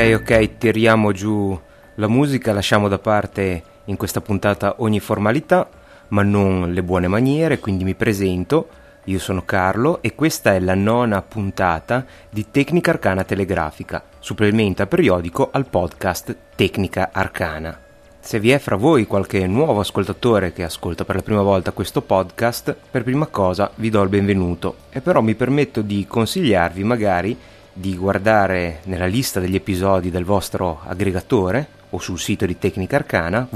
Ok, tiriamo giù la musica, lasciamo da parte in questa puntata ogni formalità, ma non le buone maniere, quindi mi presento, io sono Carlo e questa è la 9ª puntata di Tecnica Arcana Telegrafica, supplemento periodico al podcast Tecnica Arcana. Se vi è fra voi qualche nuovo ascoltatore che ascolta per la prima volta questo podcast, per prima cosa vi do il benvenuto e però mi permetto di consigliarvi magari di guardare nella lista degli episodi del vostro aggregatore o sul sito di Tecnica Arcana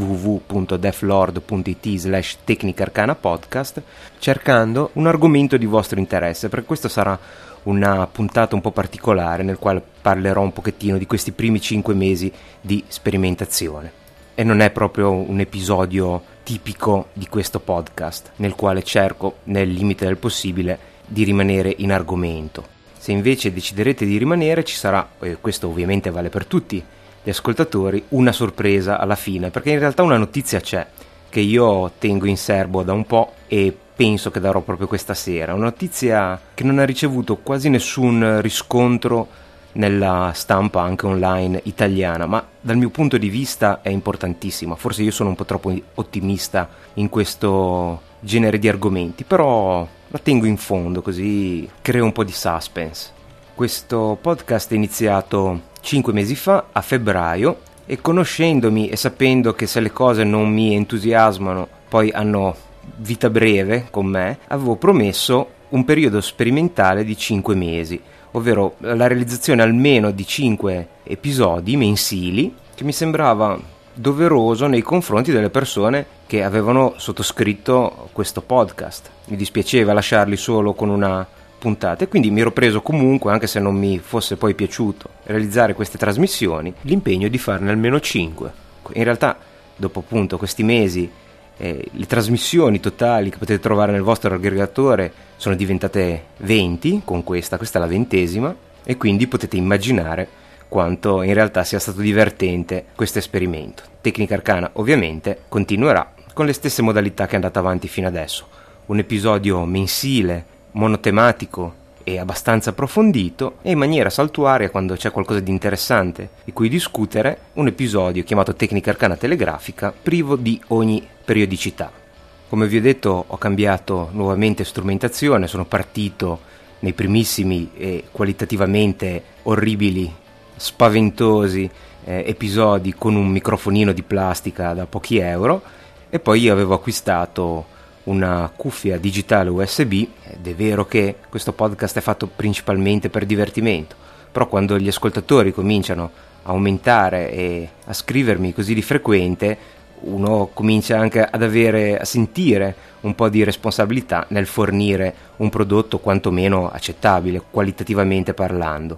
www.deflord.it/Tecnica Arcana Podcast, cercando un argomento di vostro interesse, perché questo sarà una puntata un po' particolare nel quale parlerò un pochettino di questi primi 5 mesi di sperimentazione. E non è proprio un episodio tipico di questo podcast, nel quale cerco, nel limite del possibile, di rimanere in argomento. Se invece deciderete di rimanere, ci sarà, e questo ovviamente vale per tutti gli ascoltatori, una sorpresa alla fine, perché in realtà una notizia c'è, che io tengo in serbo da un po' e penso che darò proprio questa sera. Una notizia che non ha ricevuto quasi nessun riscontro nella stampa anche online italiana, ma dal mio punto di vista è importantissima. Forse io sono un po' troppo ottimista in questo genere di argomenti, però la tengo in fondo così creo un po' di suspense. Questo podcast è iniziato 5 mesi fa, a febbraio, e conoscendomi e sapendo che se le cose non mi entusiasmano poi hanno vita breve con me, avevo promesso un periodo sperimentale di 5 mesi, ovvero la realizzazione almeno di 5 episodi mensili, che mi sembrava doveroso nei confronti delle persone che avevano sottoscritto questo podcast. Mi dispiaceva lasciarli solo con una puntata e quindi mi ero preso comunque, anche se non mi fosse poi piaciuto realizzare queste trasmissioni, l'impegno di farne almeno 5. In realtà, dopo appunto questi mesi, le trasmissioni totali che potete trovare nel vostro aggregatore sono diventate 20, con questa è la 20ª, e quindi potete immaginare quanto in realtà sia stato divertente questo esperimento. Tecnica Arcana ovviamente continuerà con le stesse modalità che è andata avanti fino adesso, un episodio mensile, monotematico e abbastanza approfondito, e in maniera saltuaria, quando c'è qualcosa di interessante di cui discutere, un episodio chiamato Tecnica Arcana Telegrafica, privo di ogni periodicità. Come vi ho detto, ho cambiato nuovamente strumentazione, sono partito nei primissimi e qualitativamente orribili, spaventosi episodi con un microfonino di plastica da pochi euro, e poi avevo acquistato una cuffia digitale USB. Ed è vero che questo podcast è fatto principalmente per divertimento, però quando gli ascoltatori cominciano a aumentare e a scrivermi così di frequente, uno comincia anche a sentire un po' di responsabilità nel fornire un prodotto quantomeno accettabile, qualitativamente parlando.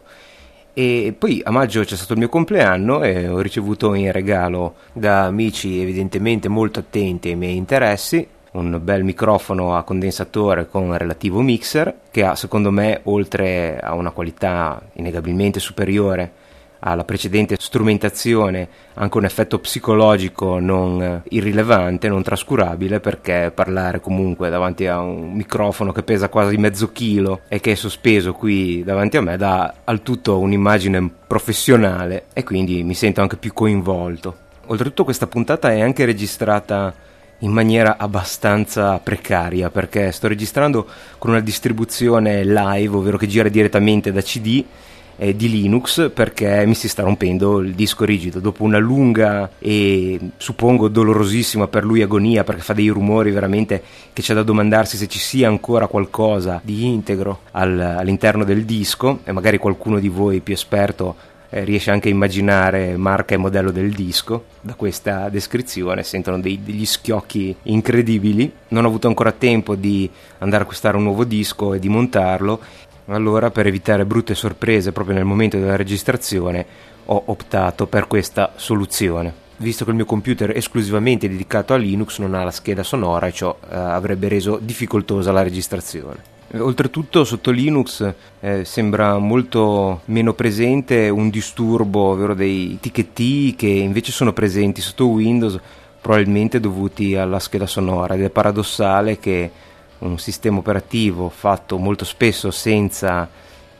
E poi a maggio c'è stato il mio compleanno e ho ricevuto in regalo da amici evidentemente molto attenti ai miei interessi un bel microfono a condensatore con relativo mixer, che ha, secondo me, oltre a una qualità innegabilmente superiore alla precedente strumentazione, anche un effetto psicologico non irrilevante, non trascurabile, perché parlare comunque davanti a un microfono che pesa quasi mezzo chilo e che è sospeso qui davanti a me dà al tutto un'immagine professionale, e quindi mi sento anche più coinvolto. Oltretutto questa puntata è anche registrata in maniera abbastanza precaria, perché sto registrando con una distribuzione live, ovvero che gira direttamente da CD di Linux, perché mi si sta rompendo il disco rigido dopo una lunga e suppongo dolorosissima per lui agonia, perché fa dei rumori veramente che c'è da domandarsi se ci sia ancora qualcosa di integro all'interno del disco, e magari qualcuno di voi più esperto riesce anche a immaginare marca e modello del disco. Da questa descrizione sentono degli schiocchi incredibili. Non ho avuto ancora tempo di andare a acquistare un nuovo disco e di montarlo, allora per evitare brutte sorprese proprio nel momento della registrazione ho optato per questa soluzione, visto che il mio computer è esclusivamente dedicato a Linux, non ha la scheda sonora, e ciò avrebbe reso difficoltosa la registrazione. Oltretutto sotto Linux sembra molto meno presente un disturbo, ovvero dei ticchetti che invece sono presenti sotto Windows, probabilmente dovuti alla scheda sonora, ed è paradossale che un sistema operativo fatto molto spesso senza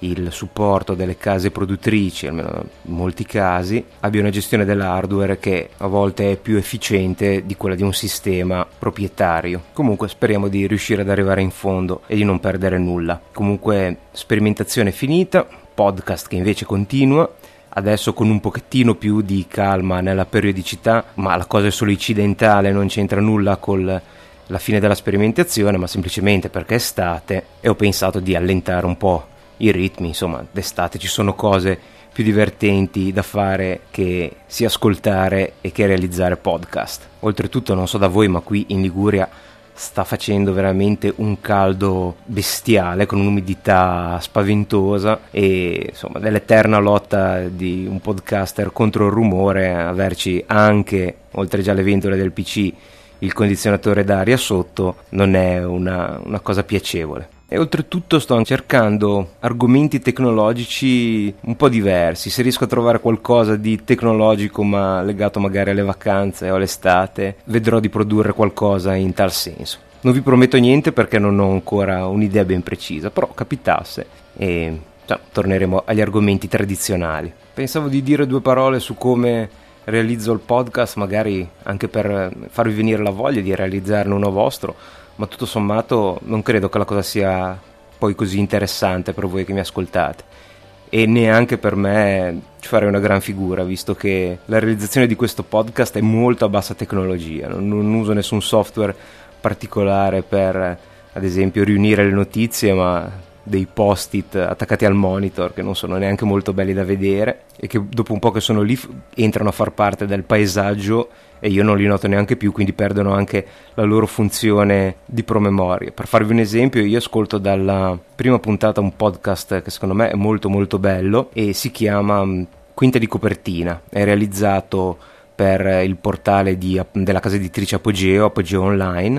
il supporto delle case produttrici, almeno in molti casi, abbia una gestione dell'hardware che a volte è più efficiente di quella di un sistema proprietario. Comunque speriamo di riuscire ad arrivare in fondo e di non perdere nulla. Comunque sperimentazione finita, podcast che invece continua, adesso con un pochettino più di calma nella periodicità, ma la cosa è solo incidentale, non c'entra nulla con la fine della sperimentazione, ma semplicemente perché è estate e ho pensato di allentare un po' i ritmi. Insomma, d'estate ci sono cose più divertenti da fare che sia ascoltare e che realizzare podcast. Oltretutto, non so da voi, ma qui in Liguria sta facendo veramente un caldo bestiale con un'umidità spaventosa e insomma dell'eterna lotta di un podcaster contro il rumore, averci anche, oltre già alle ventole del PC, il condizionatore d'aria sotto non è una cosa piacevole. E oltretutto sto cercando argomenti tecnologici un po' diversi. Se riesco a trovare qualcosa di tecnologico ma legato magari alle vacanze o all'estate, vedrò di produrre qualcosa in tal senso. Non vi prometto niente perché non ho ancora un'idea ben precisa, però capitasse e torneremo agli argomenti tradizionali. Pensavo di dire due parole su come realizzo il podcast, magari anche per farvi venire la voglia di realizzarne uno vostro, ma tutto sommato non credo che la cosa sia poi così interessante per voi che mi ascoltate, e neanche per me ci farei una gran figura, visto che la realizzazione di questo podcast è molto a bassa tecnologia. Non uso nessun software particolare per, ad esempio, riunire le notizie, ma dei post-it attaccati al monitor che non sono neanche molto belli da vedere e che dopo un po' che sono lì entrano a far parte del paesaggio e io non li noto neanche più, quindi perdono anche la loro funzione di promemoria. Per farvi un esempio, io ascolto dalla prima puntata un podcast che secondo me è molto molto bello e si chiama Quinta di Copertina, è realizzato per il portale della casa editrice Apogeo Online,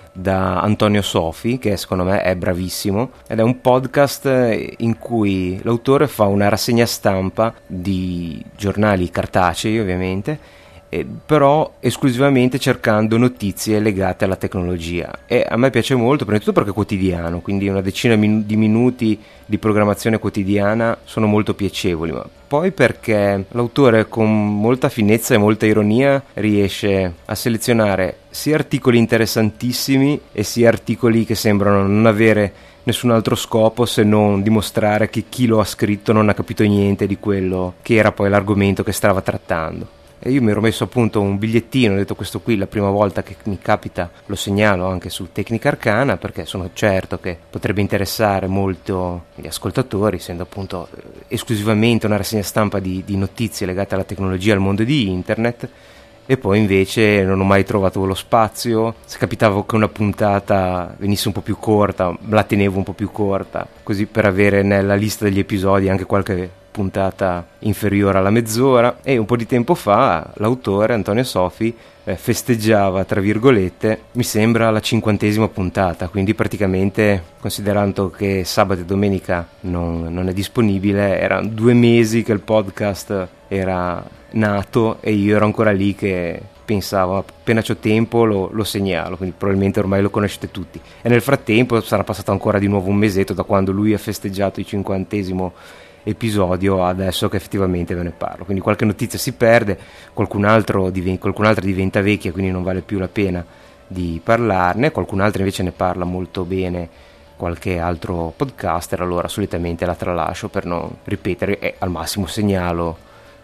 da Antonio Sofi, che secondo me è bravissimo, ed è un podcast in cui l'autore fa una rassegna stampa di giornali cartacei, ovviamente, però esclusivamente cercando notizie legate alla tecnologia, e a me piace molto, prima di tutto perché è quotidiano, quindi una decina di minuti di programmazione quotidiana sono molto piacevoli, ma poi perché l'autore con molta finezza e molta ironia riesce a selezionare sia articoli interessantissimi e sia articoli che sembrano non avere nessun altro scopo se non dimostrare che chi lo ha scritto non ha capito niente di quello che era poi l'argomento che stava trattando. E io mi ero messo appunto un bigliettino, ho detto questo qui la prima volta che mi capita lo segnalo anche su Tecnica Arcana, perché sono certo che potrebbe interessare molto gli ascoltatori, essendo appunto esclusivamente una rassegna stampa di notizie legate alla tecnologia e al mondo di internet. E poi invece non ho mai trovato lo spazio, se capitava che una puntata venisse un po' più corta la tenevo un po' più corta, così per avere nella lista degli episodi anche qualche puntata inferiore alla mezz'ora. E un po' di tempo fa l'autore Antonio Sofi festeggiava, tra virgolette, mi sembra la 50ª puntata, quindi praticamente, considerando che sabato e domenica non è disponibile, erano 2 mesi che il podcast era nato e io ero ancora lì che pensavo appena c'ho tempo lo segnalo, quindi probabilmente ormai lo conoscete tutti, e nel frattempo sarà passato ancora di nuovo un mesetto da quando lui ha festeggiato il 50° episodio adesso che effettivamente ve ne parlo, quindi qualche notizia si perde, qualcun'altra diventa vecchia, quindi non vale più la pena di parlarne, qualcun'altra invece ne parla molto bene qualche altro podcaster, allora solitamente la tralascio per non ripetere e al massimo segnalo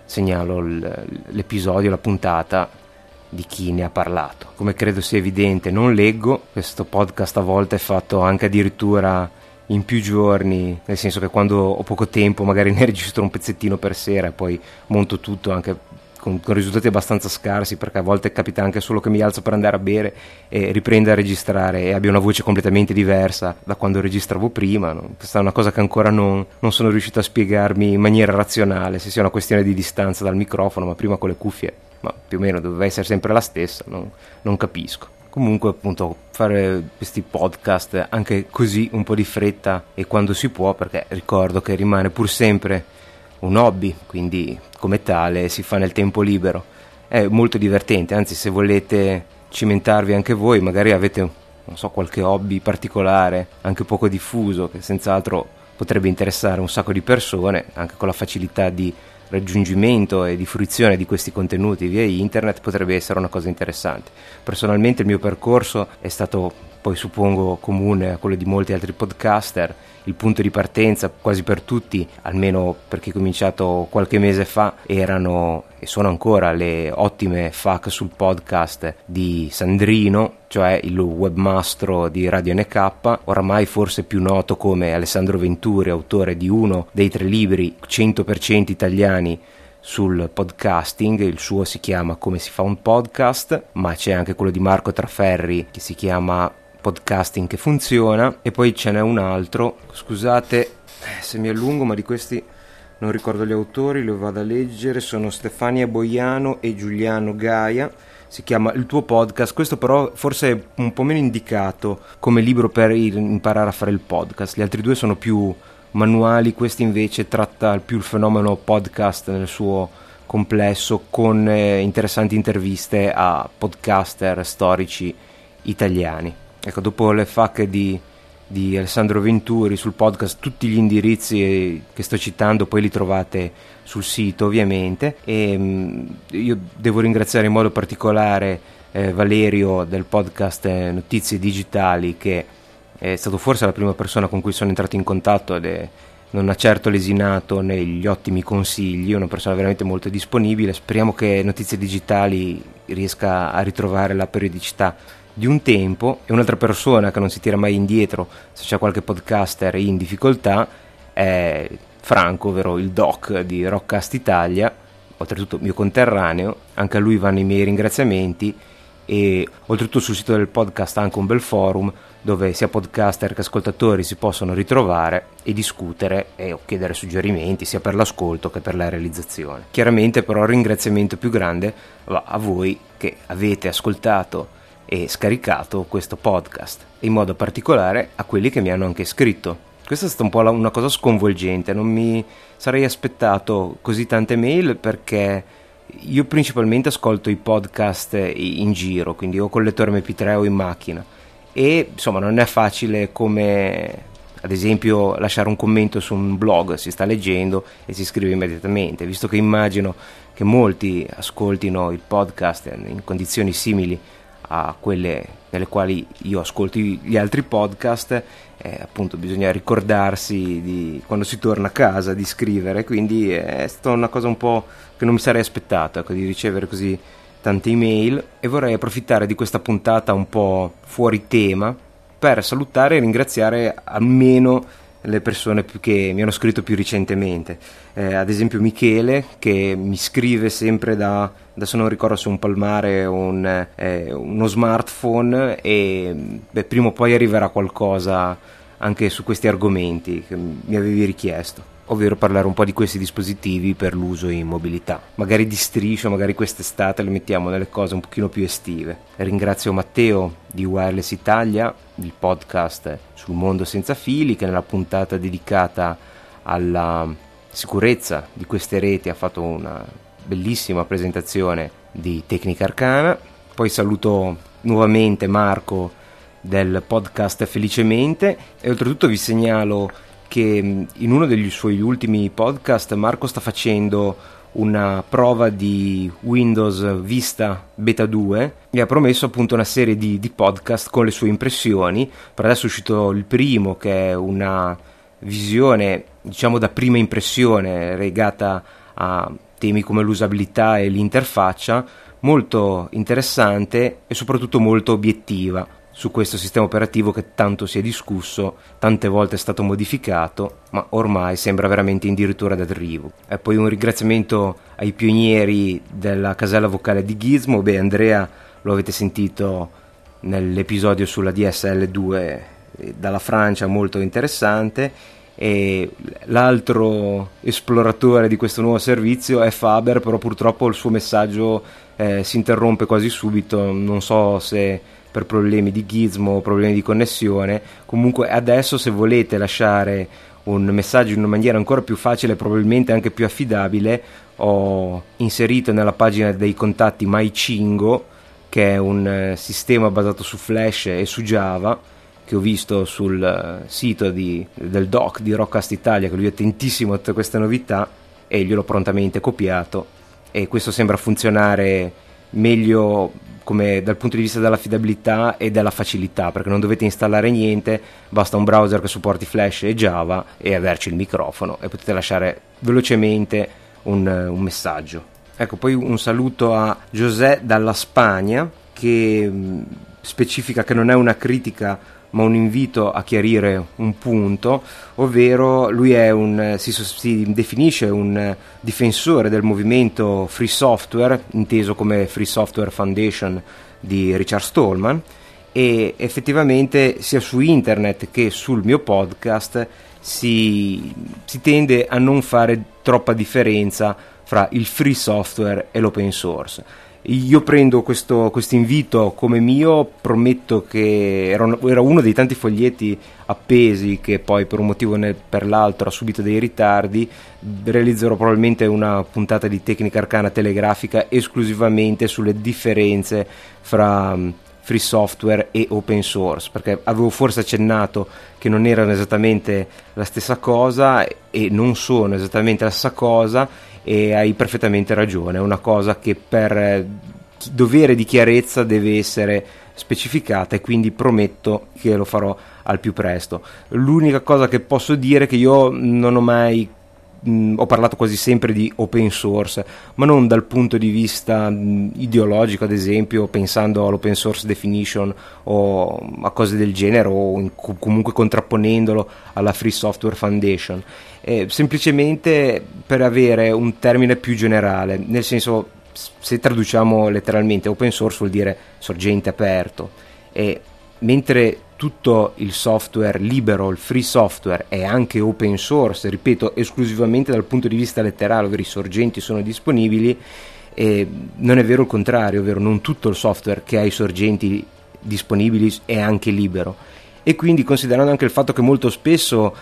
l'episodio, la puntata di chi ne ha parlato. Come credo sia evidente, non leggo, questo podcast a volte è fatto anche addirittura in più giorni, nel senso che quando ho poco tempo magari ne registro un pezzettino per sera e poi monto tutto anche con risultati abbastanza scarsi, perché a volte capita anche solo che mi alzo per andare a bere e riprendo a registrare e abbia una voce completamente diversa da quando registravo prima, no? Questa è una cosa che ancora non sono riuscito a spiegarmi in maniera razionale, se sia una questione di distanza dal microfono, ma prima con le cuffie, ma più o meno doveva essere sempre la stessa, non capisco. Comunque appunto fare questi podcast anche così un po' di fretta e quando si può, perché ricordo che rimane pur sempre un hobby, quindi come tale si fa nel tempo libero, è molto divertente, anzi se volete cimentarvi anche voi, magari avete non so qualche hobby particolare anche poco diffuso che senz'altro potrebbe interessare un sacco di persone, anche con la facilità di raggiungimento e di fruizione di questi contenuti via internet potrebbe essere una cosa interessante. Personalmente il mio percorso è stato, poi suppongo, comune a quello di molti altri podcaster. Il punto di partenza quasi per tutti, almeno per chi ha cominciato qualche mese fa, erano e sono ancora le ottime FAQ sul podcast di Sandrino, cioè il webmastro di Radio NK, oramai forse più noto come Alessandro Venturi, autore di uno dei 3 libri 100% italiani sul podcasting. Il suo si chiama Come si fa un podcast, ma c'è anche quello di Marco Traferri che si chiama Podcasting che funziona, e poi ce n'è un altro, scusate se mi allungo, ma di questi non ricordo gli autori, lo vado a leggere, sono Stefania Boiano e Giuliano Gaia, si chiama Il tuo podcast. Questo però forse è un po' meno indicato come libro per imparare a fare il podcast, gli altri 2 sono più manuali, questo invece tratta più il fenomeno podcast nel suo complesso, con interessanti interviste a podcaster storici italiani. Ecco, dopo le FAQ di Alessandro Venturi sul podcast, tutti gli indirizzi che sto citando poi li trovate sul sito ovviamente, e io devo ringraziare in modo particolare Valerio del podcast Notizie Digitali, che è stato forse la prima persona con cui sono entrato in contatto ed non ha certo lesinato negli ottimi consigli, è una persona veramente molto disponibile. Speriamo che Notizie Digitali riesca a ritrovare la periodicità di un tempo. E un'altra persona che non si tira mai indietro se c'è qualche podcaster in difficoltà è Franco, ovvero il doc di Rockcast Italia, oltretutto mio conterraneo. Anche a lui vanno i miei ringraziamenti, e oltretutto sul sito del podcast anche un bel forum dove sia podcaster che ascoltatori si possono ritrovare e discutere e chiedere suggerimenti sia per l'ascolto che per la realizzazione. Chiaramente però il ringraziamento più grande va a voi che avete ascoltato e scaricato questo podcast, e in modo particolare a quelli che mi hanno anche scritto. Questa è stata un po' una cosa sconvolgente, non mi sarei aspettato così tante mail, perché io principalmente ascolto i podcast in giro, quindi o col lettore MP3 o in macchina, e insomma non è facile come ad esempio lasciare un commento su un blog, si sta leggendo e si scrive immediatamente, visto che immagino che molti ascoltino il podcast in condizioni simili a quelle nelle quali io ascolto gli altri podcast. Appunto bisogna ricordarsi di quando si torna a casa di scrivere, quindi è stata una cosa un po' che non mi sarei aspettato, ecco, di ricevere così tante email. E vorrei approfittare di questa puntata un po' fuori tema per salutare e ringraziare almeno le persone che mi hanno scritto più recentemente, ad esempio Michele, che mi scrive sempre adesso non ricordo se un palmare o uno smartphone, e prima o poi arriverà qualcosa anche su questi argomenti che mi avevi richiesto, ovvero parlare un po' di questi dispositivi per l'uso in mobilità, magari di striscio, magari quest'estate le mettiamo nelle cose un pochino più estive. Ringrazio Matteo di Wireless Italia, il podcast sul mondo senza fili, che nella puntata dedicata alla sicurezza di queste reti ha fatto una bellissima presentazione di Tecnica Arcana. Poi saluto nuovamente Marco del podcast Felicemente, e oltretutto vi segnalo che in uno degli suoi ultimi podcast Marco sta facendo una prova di Windows Vista Beta 2 e ha promesso appunto una serie di podcast con le sue impressioni. Per adesso è uscito il primo, che è una visione diciamo da prima impressione legata a temi come l'usabilità e l'interfaccia, molto interessante e soprattutto molto obiettiva su questo sistema operativo che tanto si è discusso, tante volte è stato modificato, ma ormai sembra veramente addirittura d'arrivo. E poi un ringraziamento ai pionieri della casella vocale di Gizmo. Andrea lo avete sentito nell'episodio sulla DSL2 dalla Francia, molto interessante, e l'altro esploratore di questo nuovo servizio è Faber, però purtroppo il suo messaggio si interrompe quasi subito, non so se per problemi di Gizmo o problemi di connessione. Comunque adesso, se volete lasciare un messaggio in una maniera ancora più facile, probabilmente anche più affidabile, ho inserito nella pagina dei contatti MyChingo, che è un sistema basato su Flash e su Java, che ho visto sul sito del doc di Rockcast Italia, che lui è attentissimo a tutte queste novità, e gliel'ho prontamente copiato, e questo sembra funzionare meglio come dal punto di vista dell'affidabilità e della facilità, perché non dovete installare niente, basta un browser che supporti Flash e Java e averci il microfono e potete lasciare velocemente un messaggio. Ecco, poi un saluto a José dalla Spagna, che specifica che non è una critica ma un invito a chiarire un punto, ovvero lui è si definisce un difensore del movimento Free Software, inteso come Free Software Foundation di Richard Stallman, e effettivamente sia su internet che sul mio podcast si tende a non fare troppa differenza fra il free software e l'open source. Io prendo questo invito come mio, prometto che era uno dei tanti foglietti appesi che poi per un motivo o per l'altro ha subito dei ritardi. Realizzerò probabilmente una puntata di Tecnica Arcana telegrafica esclusivamente sulle differenze fra free software e open source, perché avevo forse accennato che non erano esattamente la stessa cosa e non sono esattamente la stessa cosa, e hai perfettamente ragione. È una cosa che per dovere di chiarezza deve essere specificata, e quindi prometto che lo farò al più presto. L'unica cosa che posso dire è che io non ho mai ho parlato quasi sempre di open source, ma non dal punto di vista ideologico, ad esempio pensando all'open source definition o a cose del genere, o comunque contrapponendolo alla Free Software Foundation, semplicemente per avere un termine più generale, nel senso, se traduciamo letteralmente, open source vuol dire sorgente aperto, e mentre tutto il software libero, il free software, è anche open source, ripeto, esclusivamente dal punto di vista letterale, ovvero i sorgenti sono disponibili, e non è vero il contrario, ovvero non tutto il software che ha i sorgenti disponibili è anche libero. E quindi, considerando anche il fatto che molto spesso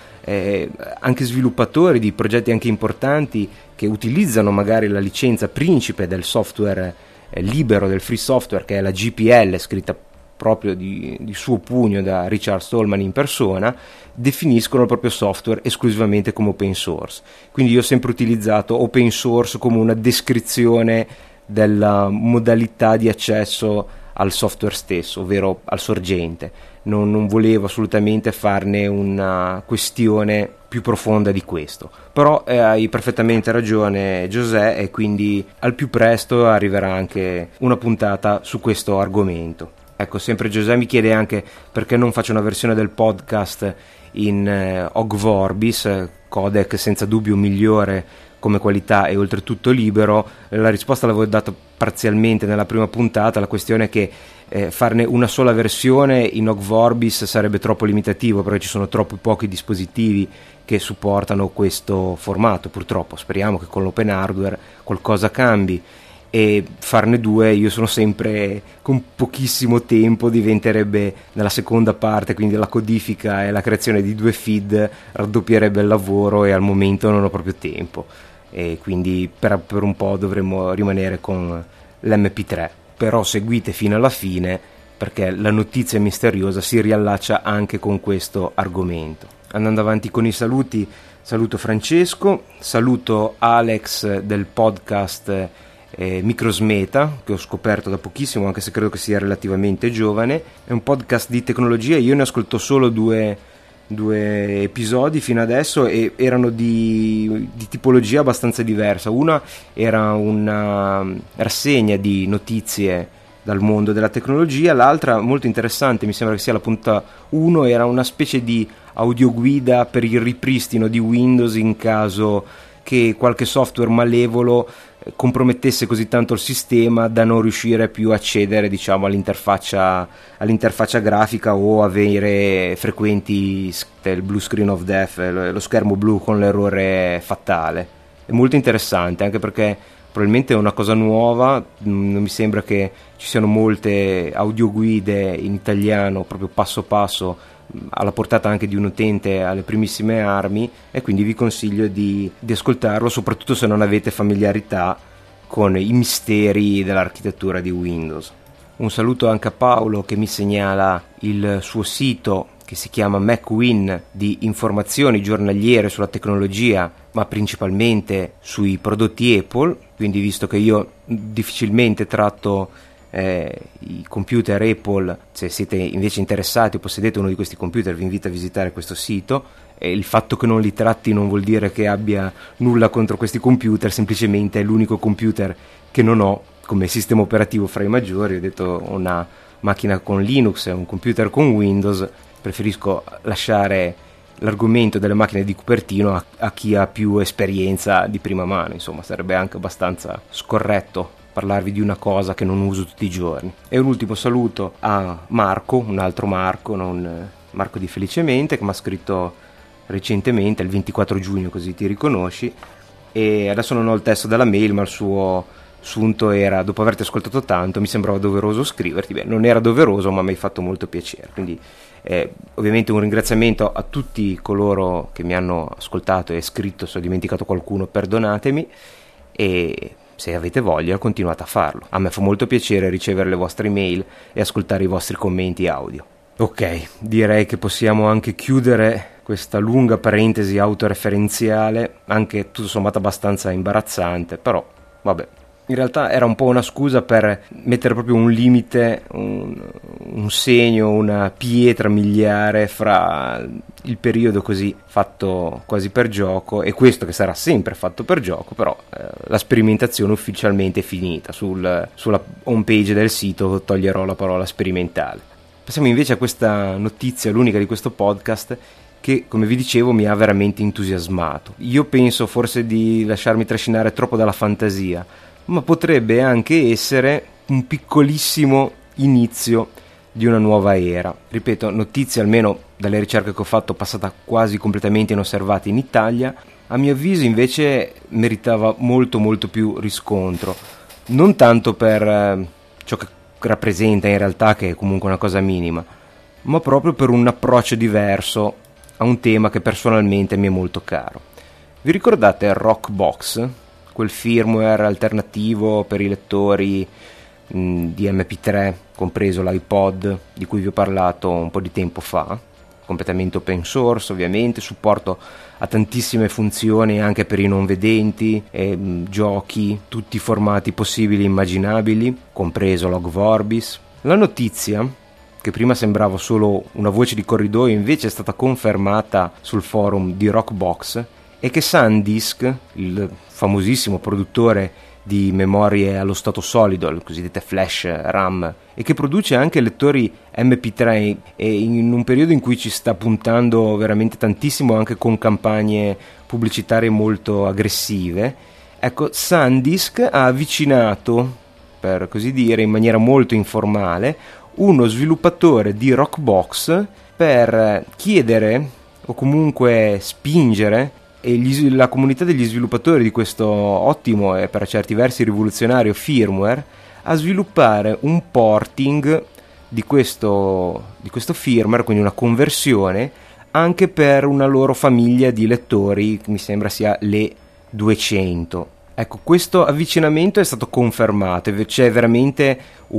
anche sviluppatori di progetti anche importanti che utilizzano magari la licenza principe del software libero, del free software, che è la GPL, scritta proprio di suo pugno da Richard Stallman in persona, definiscono il proprio software esclusivamente come open source. Quindi io ho sempre utilizzato open source come una descrizione della modalità di accesso al software stesso, ovvero al sorgente. Non volevo assolutamente farne una questione più profonda di questo, però hai perfettamente ragione, Giuseppe, e quindi al più presto arriverà anche una puntata su questo argomento. Ecco, sempre Giuseppe mi chiede anche perché non faccio una versione del podcast in Ogg Vorbis, codec senza dubbio migliore come qualità e oltretutto libero. La risposta l'avevo data parzialmente nella prima puntata. La questione è che farne una sola versione in Ogg Vorbis sarebbe troppo limitativo, perché ci sono troppi pochi dispositivi che supportano questo formato, purtroppo. Speriamo che con l'open hardware qualcosa cambi, e farne due, io sono sempre con pochissimo tempo, diventerebbe nella seconda parte, quindi la codifica e la creazione di due feed raddoppierebbe il lavoro, e al momento non ho proprio tempo, e quindi per un po' dovremmo rimanere con l'MP3. Però seguite fino alla fine, perché la notizia misteriosa si riallaccia anche con questo argomento. Andando avanti con i saluti, saluto Francesco, saluto Alex del podcast Microsmeta, che ho scoperto da pochissimo, anche se credo che sia relativamente giovane. È un podcast di tecnologia, io ne ascolto solo due episodi fino adesso, e erano di tipologia abbastanza diversa. Una era una rassegna di notizie dal mondo della tecnologia, l'altra, molto interessante, mi sembra che sia la puntata 1, era una specie di audioguida per il ripristino di Windows in caso che qualche software malevolo compromettesse così tanto il sistema da non riuscire più a accedere, diciamo, all'interfaccia grafica, o avere frequenti il blue screen of death, lo schermo blu con l'errore fatale. È molto interessante, anche perché probabilmente è una cosa nuova, non mi sembra che ci siano molte audioguide in italiano proprio passo passo alla portata anche di un utente alle primissime armi, e quindi vi consiglio di ascoltarlo, soprattutto se non avete familiarità con i misteri dell'architettura di Windows. Un saluto anche a Paolo che mi segnala il suo sito che si chiama MacWin, di informazioni giornaliere sulla tecnologia, ma principalmente sui prodotti Apple. Quindi, visto che io difficilmente tratto i computer Apple, se siete invece interessati o possedete uno di questi computer, vi invito a visitare questo sito. E il fatto che non li tratti non vuol dire che abbia nulla contro questi computer, semplicemente è l'unico computer che non ho come sistema operativo fra i maggiori. Ho detto, una macchina con Linux e un computer con Windows, preferisco lasciare l'argomento delle macchine di Cupertino a chi ha più esperienza di prima mano. Insomma, sarebbe anche abbastanza scorretto parlarvi di una cosa che non uso tutti i giorni. E un ultimo saluto a Marco, un altro Marco, non Marco di Felicemente, che mi ha scritto recentemente, il 24 giugno, così ti riconosci. E adesso non ho il testo della mail, ma il suo sunto era: dopo averti ascoltato tanto mi sembrava doveroso scriverti. Beh, non era doveroso, ma mi hai fatto molto piacere. Quindi ovviamente un ringraziamento a tutti coloro che mi hanno ascoltato e scritto. Se ho dimenticato qualcuno, perdonatemi, e se avete voglia continuate a farlo. A me fa molto piacere ricevere le vostre email e ascoltare i vostri commenti audio. Ok, direi che possiamo anche chiudere questa lunga parentesi autoreferenziale, anche tutto sommato abbastanza imbarazzante, però vabbè. In realtà era un po' una scusa per mettere proprio un limite, un segno, una pietra miliare fra il periodo così fatto quasi per gioco e questo che sarà sempre fatto per gioco, però la sperimentazione ufficialmente è finita. Sulla home page del sito toglierò la parola sperimentale. Passiamo invece a questa notizia, l'unica di questo podcast, che, come vi dicevo, mi ha veramente entusiasmato. Io penso forse di lasciarmi trascinare troppo dalla fantasia, ma potrebbe anche essere un piccolissimo inizio di una nuova era. Ripeto, notizia, almeno dalle ricerche che ho fatto, passata quasi completamente inosservata in Italia. A mio avviso invece meritava molto molto più riscontro, non tanto per ciò che rappresenta in realtà, che è comunque una cosa minima, ma proprio per un approccio diverso a un tema che personalmente mi è molto caro. Vi ricordate Rockbox? Quel firmware alternativo per i lettori di MP3, compreso l'iPod, di cui vi ho parlato un po' di tempo fa, completamente open source ovviamente, supporto a tantissime funzioni anche per i non vedenti, giochi, tutti i formati possibili e immaginabili, compreso Logvorbis. La notizia, che prima sembrava solo una voce di corridoio, invece è stata confermata sul forum di Rockbox, è che SanDisk, il famosissimo produttore di memorie allo stato solido, le cosiddette flash RAM, e che produce anche lettori MP3, e in un periodo in cui ci sta puntando veramente tantissimo anche con campagne pubblicitarie molto aggressive, ecco, SanDisk ha avvicinato, per così dire, in maniera molto informale, uno sviluppatore di Rockbox per chiedere o comunque spingere la comunità degli sviluppatori di questo ottimo e per certi versi rivoluzionario firmware a sviluppare un porting di questo firmware, quindi una conversione anche per una loro famiglia di lettori, che mi sembra sia le 200. Ecco, questo avvicinamento è stato confermato, c'è veramente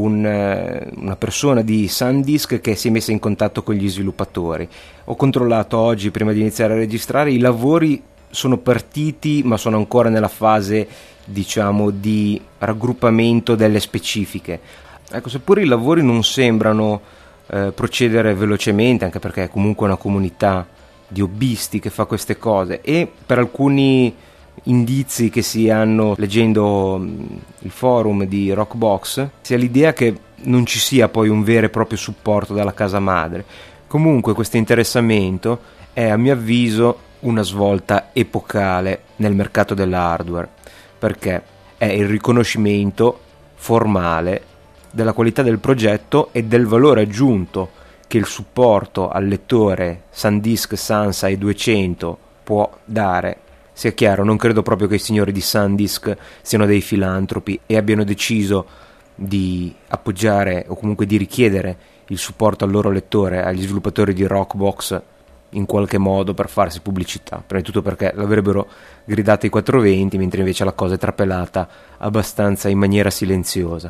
una persona di SanDisk che si è messa in contatto con gli sviluppatori. Ho controllato oggi, prima di iniziare a registrare, i lavori sono partiti, ma sono ancora nella fase, diciamo, di raggruppamento delle specifiche. Ecco, seppure i lavori non sembrano procedere velocemente, anche perché è comunque una comunità di hobbisti che fa queste cose, e per alcuni indizi che si hanno leggendo il forum di Rockbox si ha l'idea che non ci sia poi un vero e proprio supporto dalla casa madre. Comunque questo interessamento è, a mio avviso, una svolta epocale nel mercato dell'hardware, perché è il riconoscimento formale della qualità del progetto e del valore aggiunto che il supporto al lettore SanDisk Sansa E200 può dare. Sia chiaro, non credo proprio che i signori di SanDisk siano dei filantropi e abbiano deciso di appoggiare o comunque di richiedere il supporto al loro lettore, agli sviluppatori di Rockbox, in qualche modo per farsi pubblicità. Prima di tutto perché l'avrebbero gridata ai 420, mentre invece la cosa è trapelata abbastanza in maniera silenziosa.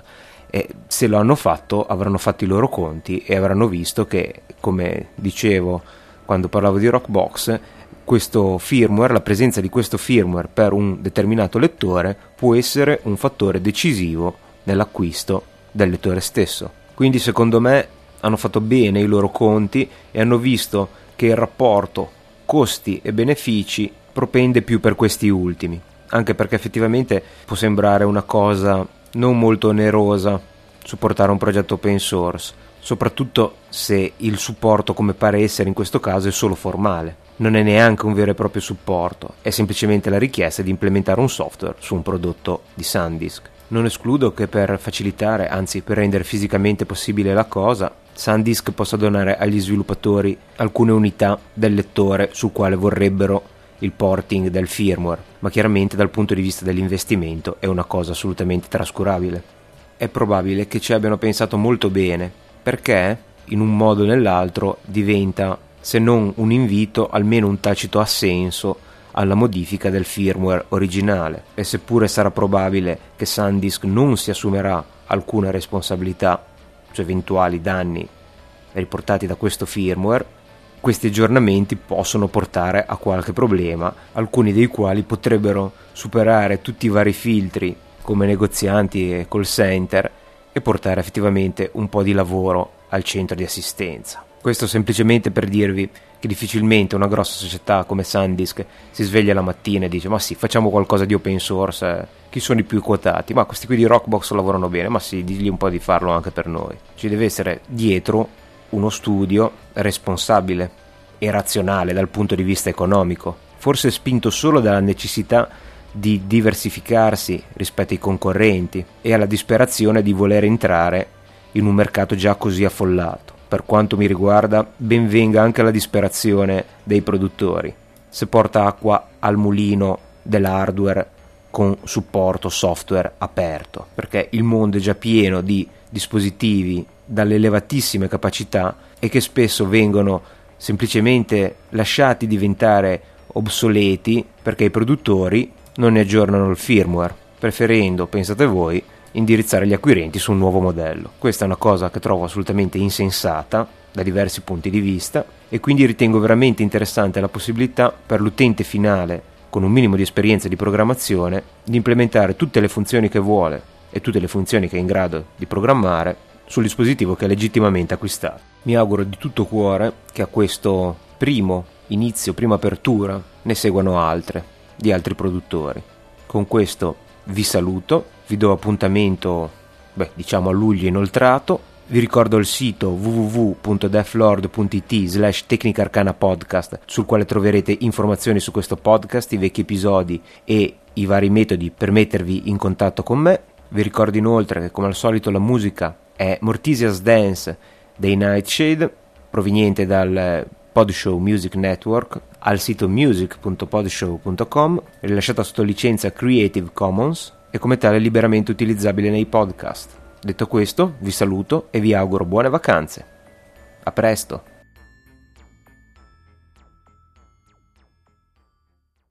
e se lo hanno fatto avranno fatto i loro conti e avranno visto che, come dicevo quando parlavo di Rockbox, questo firmware, la presenza di questo firmware per un determinato lettore può essere un fattore decisivo nell'acquisto del lettore stesso. Quindi secondo me hanno fatto bene i loro conti e hanno visto che il rapporto costi e benefici propende più per questi ultimi, anche perché effettivamente può sembrare una cosa non molto onerosa supportare un progetto open source, soprattutto se il supporto, come pare essere in questo caso, è solo formale. Non è neanche un vero e proprio supporto, è semplicemente la richiesta di implementare un software su un prodotto di SanDisk. Non escludo che per facilitare, anzi per rendere fisicamente possibile la cosa, SanDisk possa donare agli sviluppatori alcune unità del lettore sul quale vorrebbero il porting del firmware, ma chiaramente dal punto di vista dell'investimento è una cosa assolutamente trascurabile. È probabile che ci abbiano pensato molto bene, perché in un modo o nell'altro diventa, se non un invito, almeno un tacito assenso alla modifica del firmware originale, e seppure sarà probabile che SanDisk non si assumerà alcuna responsabilità su eventuali danni riportati da questo firmware, questi aggiornamenti possono portare a qualche problema, alcuni dei quali potrebbero superare tutti i vari filtri come negozianti e call center e portare effettivamente un po' di lavoro al centro di assistenza. Questo semplicemente per dirvi che difficilmente una grossa società come SanDisk si sveglia la mattina e dice: ma sì, facciamo qualcosa di open source, chi sono i più quotati? Ma questi qui di Rockbox lavorano bene, ma sì, digli un po' di farlo anche per noi. Ci deve essere dietro uno studio responsabile e razionale dal punto di vista economico, forse spinto solo dalla necessità di diversificarsi rispetto ai concorrenti e alla disperazione di voler entrare in un mercato già così affollato. Per quanto mi riguarda, ben venga anche la disperazione dei produttori, se porta acqua al mulino dell'hardware con supporto software aperto, perché il mondo è già pieno di dispositivi dalle elevatissime capacità e che spesso vengono semplicemente lasciati diventare obsoleti perché i produttori non ne aggiornano il firmware, preferendo, pensate voi, indirizzare gli acquirenti su un nuovo modello. Questa è una cosa che trovo assolutamente insensata da diversi punti di vista e quindi ritengo veramente interessante la possibilità per l'utente finale con un minimo di esperienza di programmazione di implementare tutte le funzioni che vuole e tutte le funzioni che è in grado di programmare sul dispositivo che è legittimamente acquistato. Mi auguro di tutto cuore che a questo prima apertura ne seguano altre di altri produttori. Con questo vi saluto, vi do appuntamento a luglio inoltrato. Vi ricordo il sito www.deflord.it/tecnicarcanapodcast sul quale troverete informazioni su questo podcast, i vecchi episodi e i vari metodi per mettervi in contatto con me. Vi ricordo inoltre che come al solito la musica è Mortisia's Dance dei Nightshade, proveniente dal Podshow Music Network, al sito music.podshow.com, rilasciata sotto licenza Creative Commons e come tale liberamente utilizzabile nei podcast. Detto questo, vi saluto e vi auguro buone vacanze. A presto!